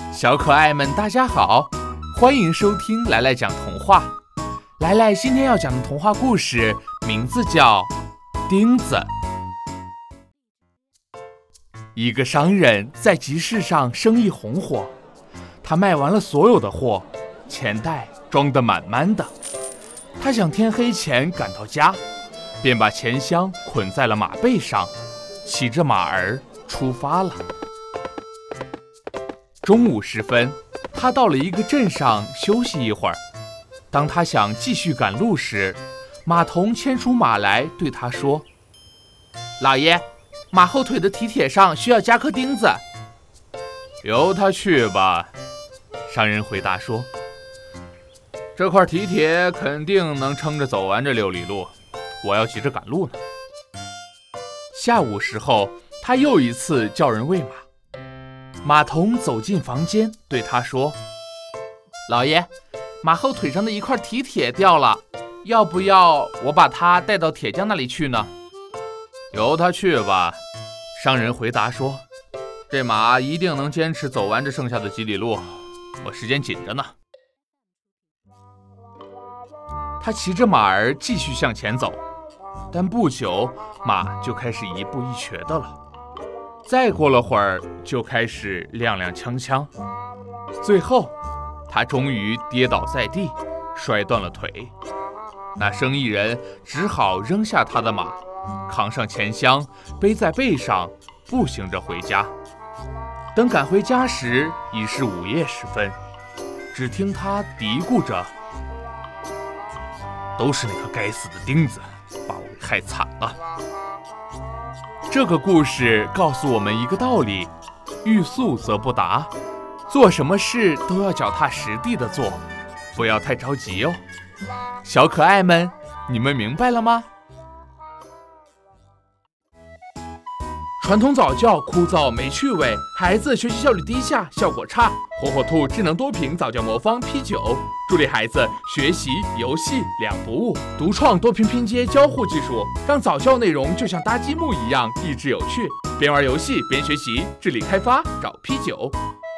小可爱们，大家好，欢迎收听来来讲童话。来来今天要讲的童话故事名字叫钉子。一个商人在集市上生意红火，他卖完了所有的货，钱袋装得满满的。他想天黑前赶到家，便把钱箱捆在了马背上，骑着马儿出发了。中午时分，他到了一个镇上休息一会儿。当他想继续赶路时，马童牵出马来对他说：“老爷，马后腿的蹄铁上需要加颗钉子。”“由他去吧。”商人回答说，“这块蹄铁肯定能撑着走完这6里路，我要急着赶路呢。”下午时候，他又一次叫人喂马。马童走进房间对他说：“老爷，马后腿上的一块蹄铁掉了，要不要我把它带到铁匠那里去呢？”“由他去吧。”商人回答说，“这马一定能坚持走完这剩下的几里路，我时间紧着呢。”他骑着马儿继续向前走，但不久马就开始一步一瘸的了，再过了会儿就开始踉踉跄跄，最后他终于跌倒在地，摔断了腿。那生意人只好扔下他的马，扛上钱箱，背在背上，步行着回家。等赶回家时，已是午夜时分，只听他嘀咕着：“都是那颗该死的钉子，把我给害惨了。”这个故事告诉我们一个道理：欲速则不达，做什么事都要脚踏实地的做，不要太着急哦。小可爱们，你们明白了吗？传统早教枯燥没趣味，孩子学习效率低下，效果差。火火兔智能多屏早教魔方 P9，助力孩子学习游戏两不误。独创多屏拼接交互技术，让早教内容就像搭积木一样益智有趣，边玩游戏边学习，智力开发找 P9。